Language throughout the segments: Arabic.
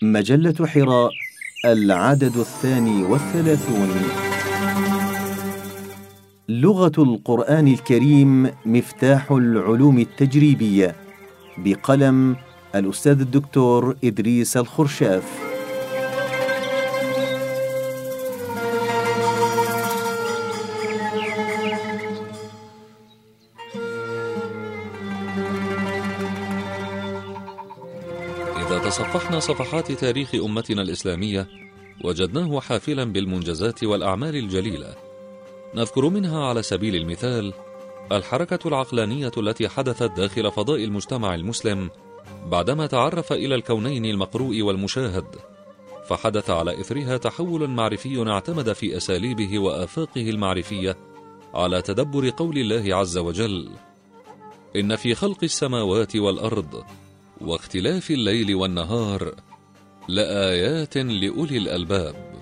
مجلة حراء، العدد 32. لغة القرآن الكريم مفتاح العلوم التجريبية، بقلم الأستاذ الدكتور إدريس الخرشاف. إذا تصفحنا صفحات تاريخ أمتنا الإسلامية وجدناه حافلا بالمنجزات والأعمال الجليلة. نذكر منها على سبيل المثال الحركة العقلانية التي حدثت داخل فضاء المجتمع المسلم بعدما تعرف إلى الكونين المقروء والمشاهد، فحدث على إثرها تحول معرفي اعتمد في أساليبه وآفاقه المعرفية على تدبر قول الله عز وجل: إن في خلق السماوات والأرض واختلاف الليل والنهار لآيات لأولي الألباب.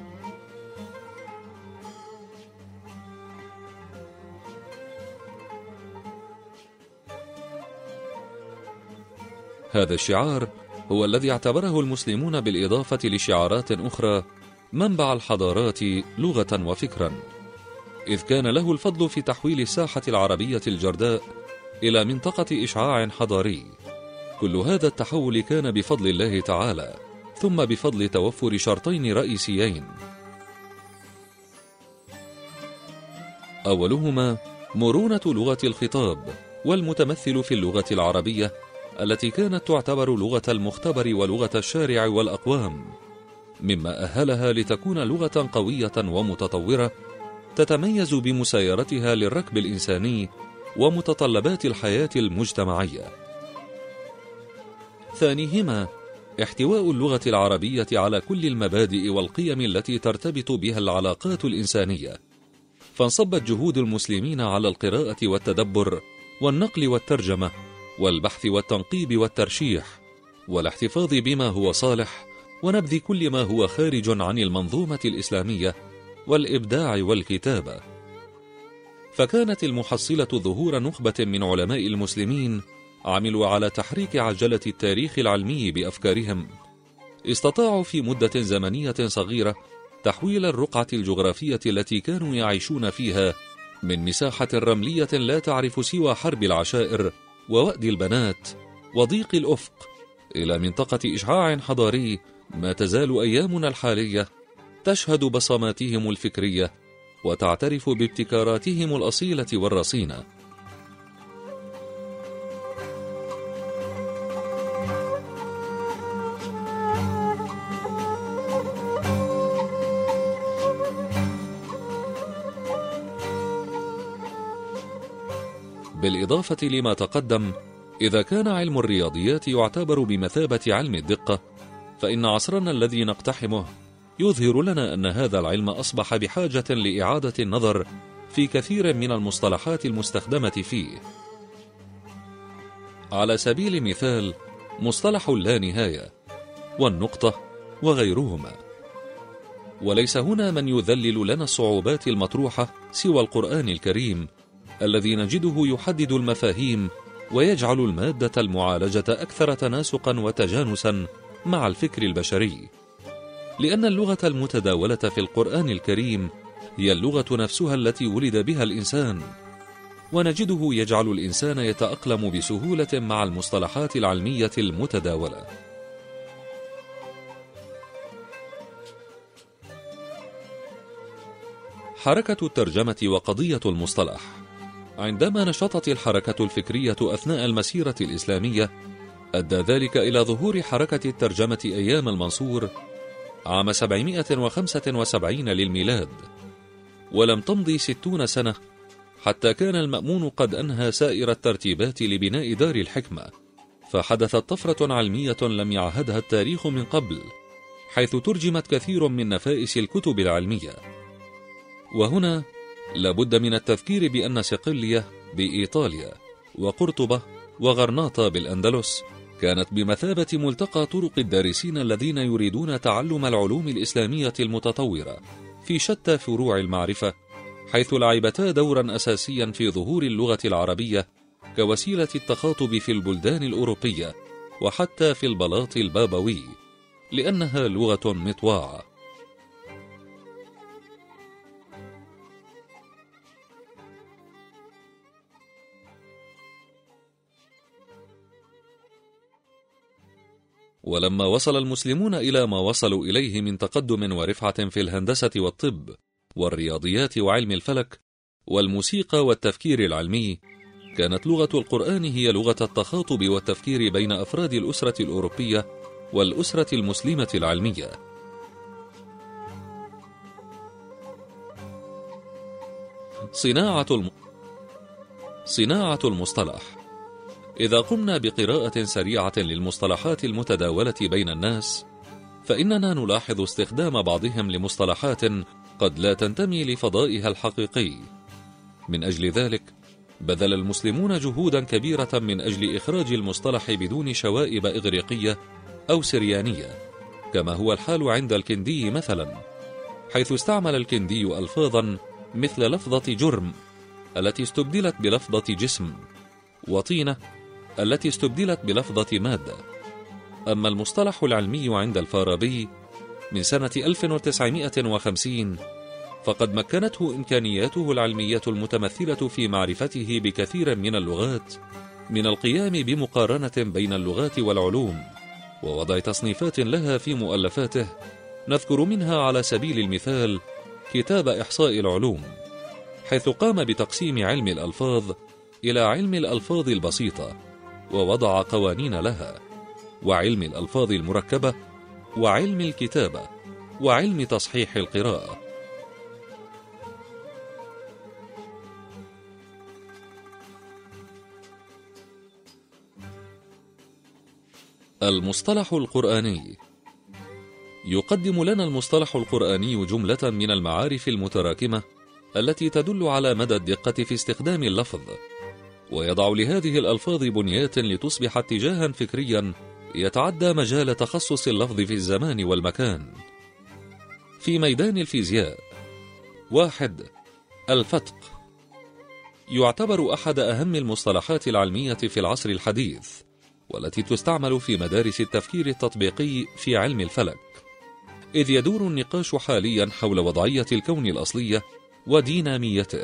هذا الشعار هو الذي اعتبره المسلمون بالإضافة لشعارات أخرى منبع الحضارات لغة وفكرا، إذ كان له الفضل في تحويل الساحة العربية الجرداء إلى منطقة إشعاع حضاري. كل هذا التحول كان بفضل الله تعالى، ثم بفضل توفر شرطين رئيسيين: أولهما مرونة لغة الخطاب، والمتمثل في اللغة العربية التي كانت تعتبر لغة المختبر ولغة الشارع والأقوام، مما أهلها لتكون لغة قوية ومتطورة تتميز بمسايرتها للركب الإنساني ومتطلبات الحياة المجتمعية. ثانيهما احتواء اللغة العربية على كل المبادئ والقيم التي ترتبط بها العلاقات الإنسانية، فانصبت جهود المسلمين على القراءة والتدبر والنقل والترجمة والبحث والتنقيب والترشيح والاحتفاظ بما هو صالح ونبذ كل ما هو خارج عن المنظومة الإسلامية والإبداع والكتابة. فكانت المحصلة ظهور نخبة من علماء المسلمين عملوا على تحريك عجلة التاريخ العلمي بأفكارهم، استطاعوا في مدة زمنية صغيرة تحويل الرقعة الجغرافية التي كانوا يعيشون فيها من مساحة رملية لا تعرف سوى حرب العشائر ووأد البنات وضيق الأفق إلى منطقة إشعاع حضاري ما تزال أيامنا الحالية تشهد بصماتهم الفكرية وتعترف بابتكاراتهم الأصيلة والرصينة. بالإضافة لما تقدم، إذا كان علم الرياضيات يعتبر بمثابة علم الدقة، فإن عصرنا الذي نقتحمه يظهر لنا أن هذا العلم أصبح بحاجة لإعادة النظر في كثير من المصطلحات المستخدمة فيه. على سبيل المثال مصطلح اللانهاية والنقطة وغيرهما. وليس هنا من يذلل لنا الصعوبات المطروحة سوى القرآن الكريم الذي نجده يحدد المفاهيم ويجعل المادة المعالجة أكثر تناسقا وتجانسا مع الفكر البشري، لأن اللغة المتداولة في القرآن الكريم هي اللغة نفسها التي ولد بها الإنسان، ونجده يجعل الإنسان يتأقلم بسهولة مع المصطلحات العلمية المتداولة. حركة الترجمة وقضية المصطلح. عندما نشطت الحركة الفكرية أثناء المسيرة الإسلامية، أدى ذلك إلى ظهور حركة الترجمة أيام المنصور عام 775 للميلاد، ولم تمضي 60 سنة حتى كان المأمون قد أنهى سائر الترتيبات لبناء دار الحكمة، فحدثت طفرة علمية لم يعهدها التاريخ من قبل، حيث ترجمت كثير من نفائس الكتب العلمية. وهنا لابد من التذكير بأن صقلية بإيطاليا وقرطبة وغرناطة بالأندلس كانت بمثابة ملتقى طرق الدارسين الذين يريدون تعلم العلوم الإسلامية المتطورة في شتى فروع المعرفة، حيث لعبتا دورا أساسيا في ظهور اللغة العربية كوسيلة التخاطب في البلدان الأوروبية وحتى في البلاط البابوي، لأنها لغة مطواعة. ولما وصل المسلمون إلى ما وصلوا إليه من تقدم ورفعة في الهندسة والطب والرياضيات وعلم الفلك والموسيقى والتفكير العلمي، كانت لغة القرآن هي لغة التخاطب والتفكير بين أفراد الأسرة الأوروبية والأسرة المسلمة العلمية. صناعة المصطلح. إذا قمنا بقراءة سريعة للمصطلحات المتداولة بين الناس، فإننا نلاحظ استخدام بعضهم لمصطلحات قد لا تنتمي لفضائها الحقيقي. من أجل ذلك بذل المسلمون جهودا كبيرة من أجل إخراج المصطلح بدون شوائب إغريقية أو سريانية، كما هو الحال عند الكندي مثلا، حيث استعمل الكندي ألفاظا مثل لفظة جرم التي استبدلت بلفظة جسم، وطينة التي استبدلت بلفظة مادة. أما المصطلح العلمي عند الفارابي من سنة 1950 فقد مكنته إمكانياته العلمية المتمثلة في معرفته بكثير من اللغات من القيام بمقارنة بين اللغات والعلوم ووضع تصنيفات لها في مؤلفاته، نذكر منها على سبيل المثال كتاب إحصاء العلوم، حيث قام بتقسيم علم الألفاظ إلى علم الألفاظ البسيطة ووضع قوانين لها، وعلم الألفاظ المركبة، وعلم الكتابة، وعلم تصحيح القراءة. المصطلح القرآني. يقدم لنا المصطلح القرآني جملة من المعارف المتراكمة التي تدل على مدى الدقة في استخدام اللفظ، ويضع لهذه الألفاظ بنيات لتصبح اتجاها فكريا يتعدى مجال تخصص اللفظ في الزمان والمكان. في ميدان الفيزياء: 1. الفتق. يعتبر أحد أهم المصطلحات العلمية في العصر الحديث، والتي تستعمل في مدارس التفكير التطبيقي في علم الفلك، إذ يدور النقاش حاليا حول وضعية الكون الأصلية وديناميته.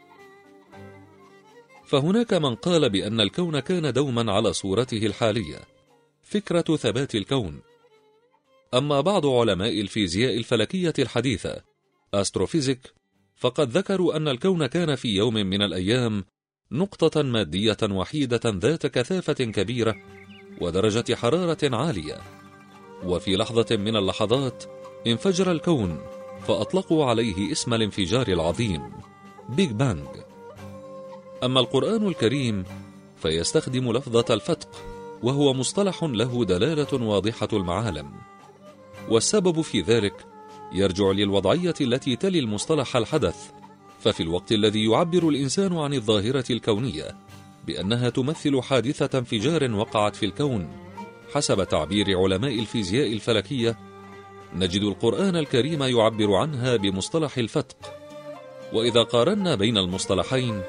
فهناك من قال بأن الكون كان دوما على صورته الحالية، فكرة ثبات الكون. أما بعض علماء الفيزياء الفلكية الحديثة أستروفيزيك فقد ذكروا أن الكون كان في يوم من الأيام نقطة مادية وحيدة ذات كثافة كبيرة ودرجة حرارة عالية، وفي لحظة من اللحظات انفجر الكون، فأطلقوا عليه اسم الانفجار العظيم بيج بانج. أما القرآن الكريم فيستخدم لفظة الفتق، وهو مصطلح له دلالة واضحة المعالم، والسبب في ذلك يرجع للوضعية التي تلي المصطلح الحدث. ففي الوقت الذي يعبر الإنسان عن الظاهرة الكونية بأنها تمثل حادثة انفجار وقعت في الكون حسب تعبير علماء الفيزياء الفلكية، نجد القرآن الكريم يعبر عنها بمصطلح الفتق. وإذا قارنا بين المصطلحين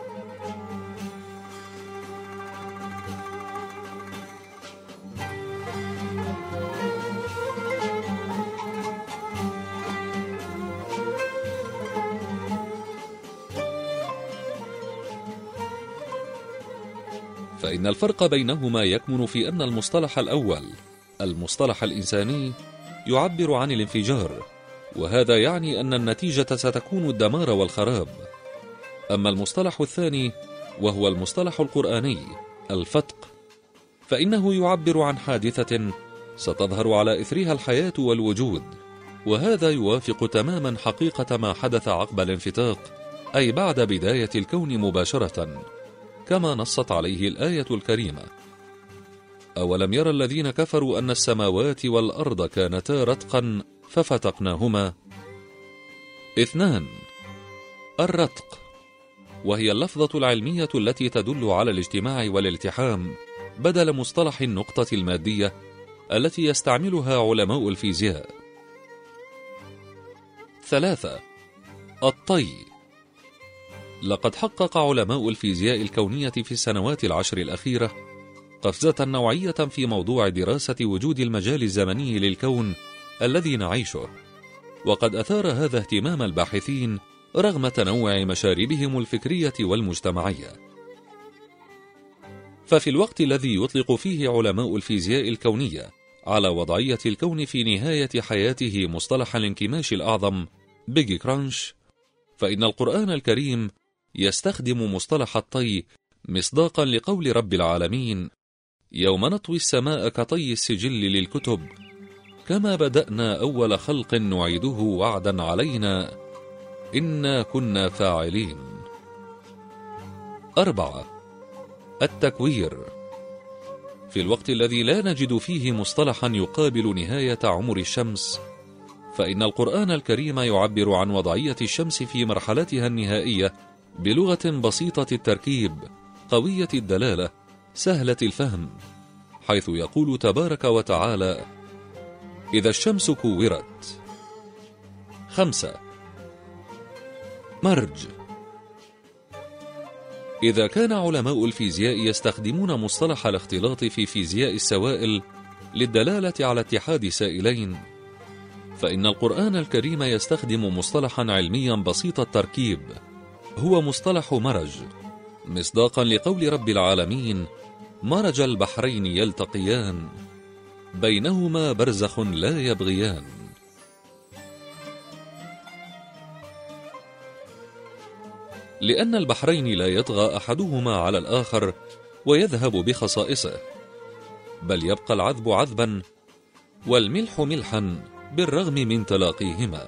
فإن الفرق بينهما يكمن في أن المصطلح الأول، المصطلح الإنساني، يعبر عن الانفجار، وهذا يعني أن النتيجة ستكون الدمار والخراب. أما المصطلح الثاني وهو المصطلح القرآني، الفتق، فإنه يعبر عن حادثة ستظهر على إثرها الحياة والوجود، وهذا يوافق تماما حقيقة ما حدث عقب الانفتاق، أي بعد بداية الكون مباشرة، كما نصت عليه الآية الكريمة: أولم يرى الذين كفروا أن السماوات والأرض كانتا رتقا ففتقناهما. 2. الرتق، وهي اللفظة العلمية التي تدل على الاجتماع والالتحام بدل مصطلح النقطة المادية التي يستعملها علماء الفيزياء. 3. الطي. لقد حقق علماء الفيزياء الكونية في السنوات 10 الأخيرة قفزة نوعية في موضوع دراسة وجود المجال الزمني للكون الذي نعيشه، وقد أثار هذا اهتمام الباحثين رغم تنوع مشاربهم الفكرية والمجتمعية. ففي الوقت الذي يطلق فيه علماء الفيزياء الكونية على وضعية الكون في نهاية حياته مصطلح الانكماش الأعظم بيج كرانش، فإن القرآن الكريم يستخدم مصطلح الطي مصداقا لقول رب العالمين: يوم نطوي السماء كطي السجل للكتب كما بدأنا أول خلق نعيده وعدا علينا إنا كنا فاعلين. 4. التكوير. في الوقت الذي لا نجد فيه مصطلحا يقابل نهاية عمر الشمس، فإن القرآن الكريم يعبر عن وضعية الشمس في مرحلتها النهائية بلغة بسيطة التركيب، قوية الدلالة، سهلة الفهم، حيث يقول تبارك وتعالى: إذا الشمس كورت. 5. مرج. إذا كان علماء الفيزياء يستخدمون مصطلح الاختلاط في فيزياء السوائل للدلالة على اتحاد سائلين، فإن القرآن الكريم يستخدم مصطلحا علميا بسيط التركيب، هو مصطلح مرج، مصداقا لقول رب العالمين: مرج البحرين يلتقيان بينهما برزخ لا يبغيان. لأن البحرين لا يطغى أحدهما على الآخر ويذهب بخصائصه، بل يبقى العذب عذبا والملح ملحا بالرغم من تلاقيهما.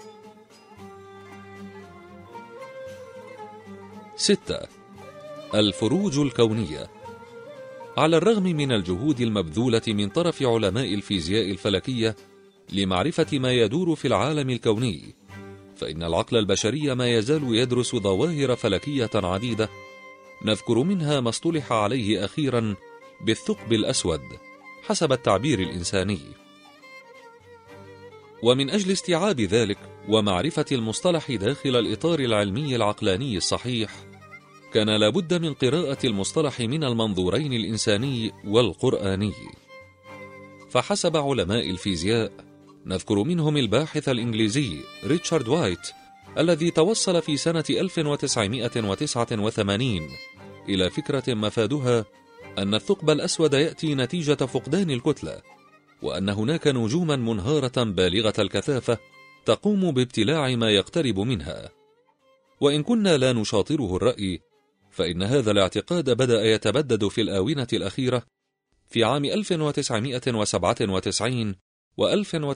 6. الفروج الكونية. على الرغم من الجهود المبذولة من طرف علماء الفيزياء الفلكية لمعرفة ما يدور في العالم الكوني، فإن العقل البشري ما يزال يدرس ظواهر فلكية عديدة، نذكر منها ما اصطلح عليه أخيرا بالثقب الأسود حسب التعبير الإنساني. ومن أجل استيعاب ذلك ومعرفة المصطلح داخل الإطار العلمي العقلاني الصحيح، كان لابد من قراءة المصطلح من المنظورين الإنساني والقرآني. فحسب علماء الفيزياء نذكر منهم الباحث الإنجليزي ريتشارد وايت، الذي توصل في سنة 1989 إلى فكرة مفادها أن الثقب الأسود يأتي نتيجة فقدان الكتلة، وأن هناك نجوما منهارة بالغة الكثافة تقوم بابتلاع ما يقترب منها. وإن كنا لا نشاطره الرأي، فإن هذا الاعتقاد بدأ يتبدد في الآونة الأخيرة في عام 1997 و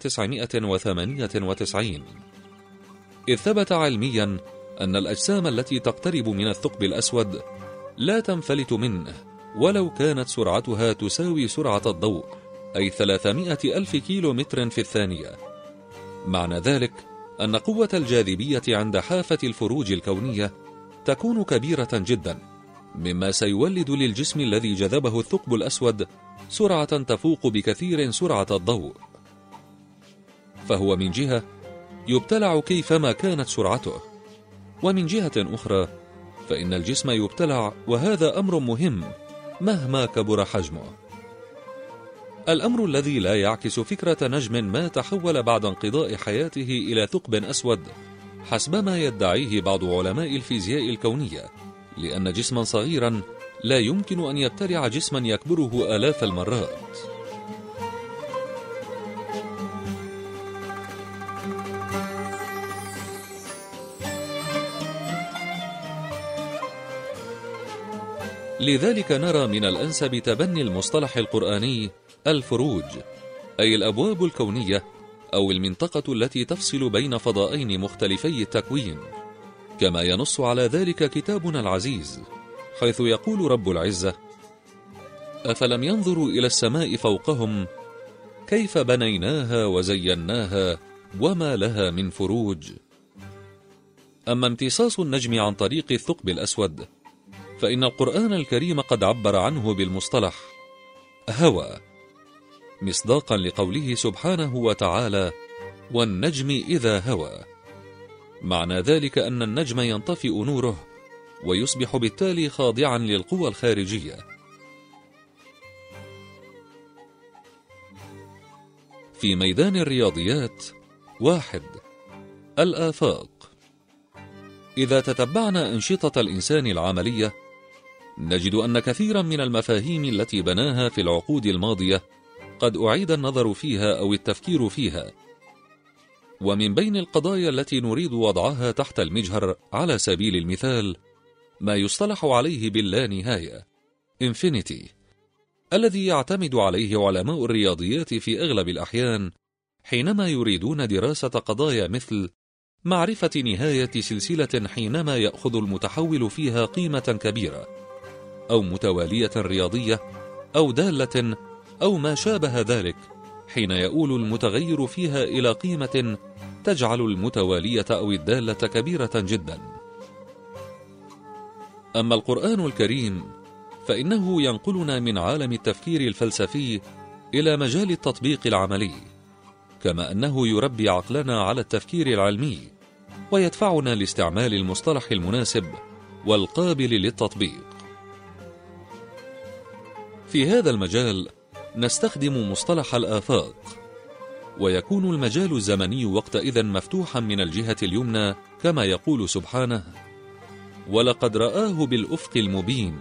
1998، إذ ثبت علميا أن الأجسام التي تقترب من الثقب الأسود لا تنفلت منه ولو كانت سرعتها تساوي سرعة الضوء، أي 300,000 كيلومتر في الثانية. معنى ذلك أن قوة الجاذبية عند حافة الفروج الكونية تكون كبيرة جدا، مما سيولد للجسم الذي جذبه الثقب الأسود سرعة تفوق بكثير سرعة الضوء، فهو من جهة يبتلع كيفما كانت سرعته، ومن جهة أخرى فإن الجسم يبتلع، وهذا أمر مهم مهما كبر حجمه. الأمر الذي لا يعكس فكرة نجم ما تحول بعد انقضاء حياته إلى ثقب أسود حسبما يدعيه بعض علماء الفيزياء الكونية، لأن جسما صغيرا لا يمكن أن يبتلع جسما يكبره آلاف المرات. لذلك نرى من الأنسب تبني المصطلح القرآني الفروج، أي الأبواب الكونية أو المنطقة التي تفصل بين فضائين مختلفي التكوين، كما ينص على ذلك كتابنا العزيز، حيث يقول رب العزة: أفلم ينظروا إلى السماء فوقهم كيف بنيناها وزيناها وما لها من فروج. أما امتصاص النجم عن طريق الثقب الأسود، فإن القرآن الكريم قد عبر عنه بالمصطلح هوى، مصداقا لقوله سبحانه وتعالى: والنجم إذا هوى. معنى ذلك أن النجم ينطفئ نوره ويصبح بالتالي خاضعا للقوى الخارجية. في ميدان الرياضيات: 1. الآفاق. إذا تتبعنا أنشطة الإنسان العملية نجد أن كثيرا من المفاهيم التي بناها في العقود الماضية قد أعيد النظر فيها أو التفكير فيها. ومن بين القضايا التي نريد وضعها تحت المجهر على سبيل المثال ما يصطلح عليه باللا نهاية Infinity، الذي يعتمد عليه علماء الرياضيات في أغلب الأحيان حينما يريدون دراسة قضايا مثل معرفة نهاية سلسلة حينما يأخذ المتحول فيها قيمة كبيرة، أو متوالية رياضية، أو دالة، أو ما شابه ذلك، حين يؤول المتغير فيها إلى قيمة تجعل المتوالية أو الدالة كبيرة جدا. أما القرآن الكريم فإنه ينقلنا من عالم التفكير الفلسفي إلى مجال التطبيق العملي، كما أنه يربي عقلنا على التفكير العلمي ويدفعنا لاستعمال المصطلح المناسب والقابل للتطبيق. في هذا المجال نستخدم مصطلح الآفاق، ويكون المجال الزمني وقتئذ مفتوحا من الجهة اليمنى كما يقول سبحانه: ولقد رآه بالأفق المبين،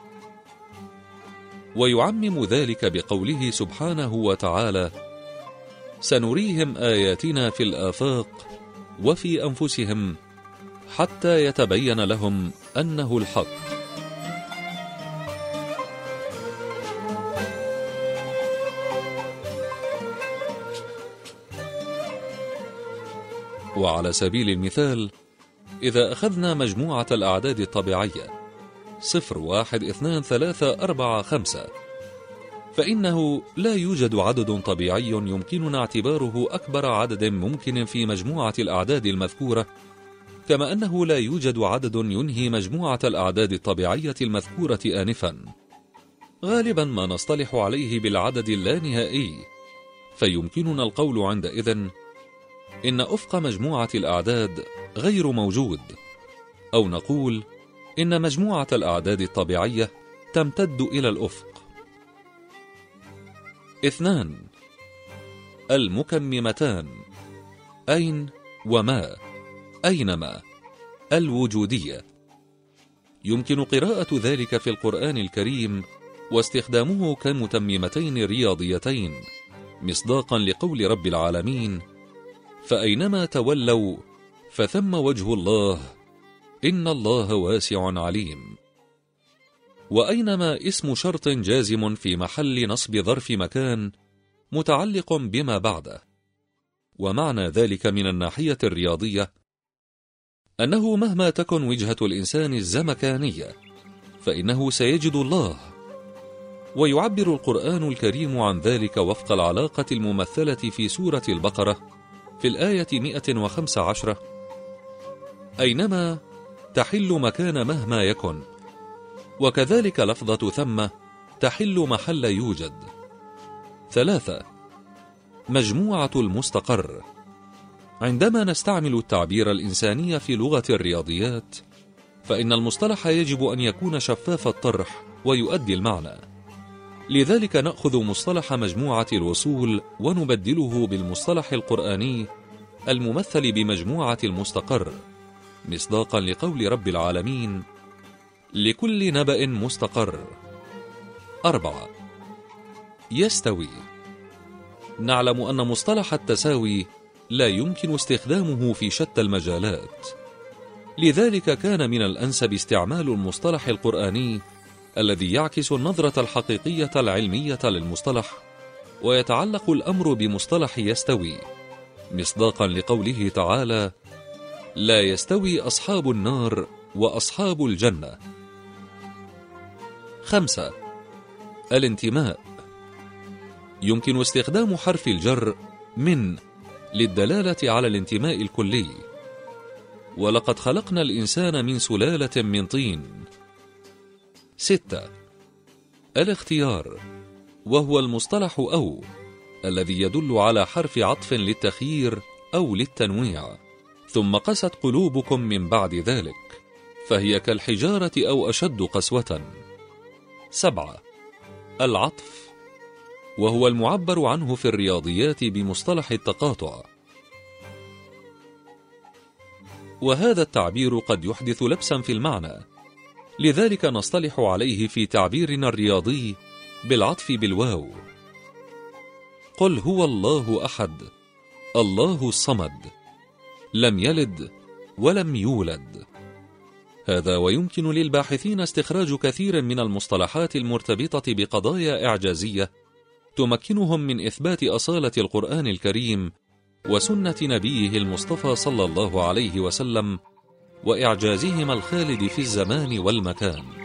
ويعمم ذلك بقوله سبحانه وتعالى: سنريهم آياتنا في الآفاق وفي أنفسهم حتى يتبين لهم أنه الحق. وعلى سبيل المثال، إذا أخذنا مجموعة الأعداد الطبيعية 0 1 2 3 4 5، فإنه لا يوجد عدد طبيعي يمكننا اعتباره أكبر عدد ممكن في مجموعة الأعداد المذكورة، كما أنه لا يوجد عدد ينهي مجموعة الأعداد الطبيعية المذكورة آنفا. غالبا ما نصطلح عليه بالعدد اللانهائي، فيمكننا القول عندئذ إن أفق مجموعة الأعداد غير موجود، أو نقول إن مجموعة الأعداد الطبيعية تمتد إلى الأفق. 2. المكممتان: أين وما، أينما، الوجودية. يمكن قراءة ذلك في القرآن الكريم واستخدامه كمتممتين رياضيتين، مصداقا لقول رب العالمين: فأينما تولوا فثم وجه الله إن الله واسع عليم. وأينما اسم شرط جازم في محل نصب ظرف مكان متعلق بما بعده. ومعنى ذلك من الناحية الرياضية أنه مهما تكن وجهة الإنسان الزمكانية فإنه سيجد الله. ويعبر القرآن الكريم عن ذلك وفق العلاقة الممثلة في سورة البقرة في الآية 115: أينما تحل مكان مهما يكن. وكذلك لفظة ثم تحل محل يوجد. 3. مجموعة المستقر. عندما نستعمل التعبير الإنساني في لغة الرياضيات فإن المصطلح يجب أن يكون شفاف الطرح ويؤدي المعنى، لذلك نأخذ مصطلح مجموعة الوصول ونبدله بالمصطلح القرآني الممثل بمجموعة المستقر، مصداقا لقول رب العالمين: لكل نبأ مستقر. 4. يستوي. نعلم أن مصطلح التساوي لا يمكن استخدامه في شتى المجالات، لذلك كان من الأنسب استعمال المصطلح القرآني الذي يعكس النظرة الحقيقية العلمية للمصطلح، ويتعلق الأمر بمصطلح يستوي، مصداقا لقوله تعالى: لا يستوي أصحاب النار وأصحاب الجنة. 5. الانتماء. يمكن استخدام حرف الجر من للدلالة على الانتماء الكلي. ولقد خلقنا الإنسان من سلالة من طين. 6. الاختيار، وهو المصطلح أو الذي يدل على حرف عطف للتخيير أو للتنويع. ثم قست قلوبكم من بعد ذلك فهي كالحجارة أو أشد قسوة. 7. العطف. وهو المعبر عنه في الرياضيات بمصطلح التقاطع. وهذا التعبير قد يحدث لبسا في المعنى، لذلك نصطلح عليه في تعبيرنا الرياضي بالعطف بالواو. قل هو الله أحد الله الصمد لم يلد ولم يولد. هذا ويمكن للباحثين استخراج كثير من المصطلحات المرتبطة بقضايا إعجازية تمكنهم من إثبات أصالة القرآن الكريم وسنة نبيه المصطفى صلى الله عليه وسلم وإعجازهما الخالد في الزمان والمكان.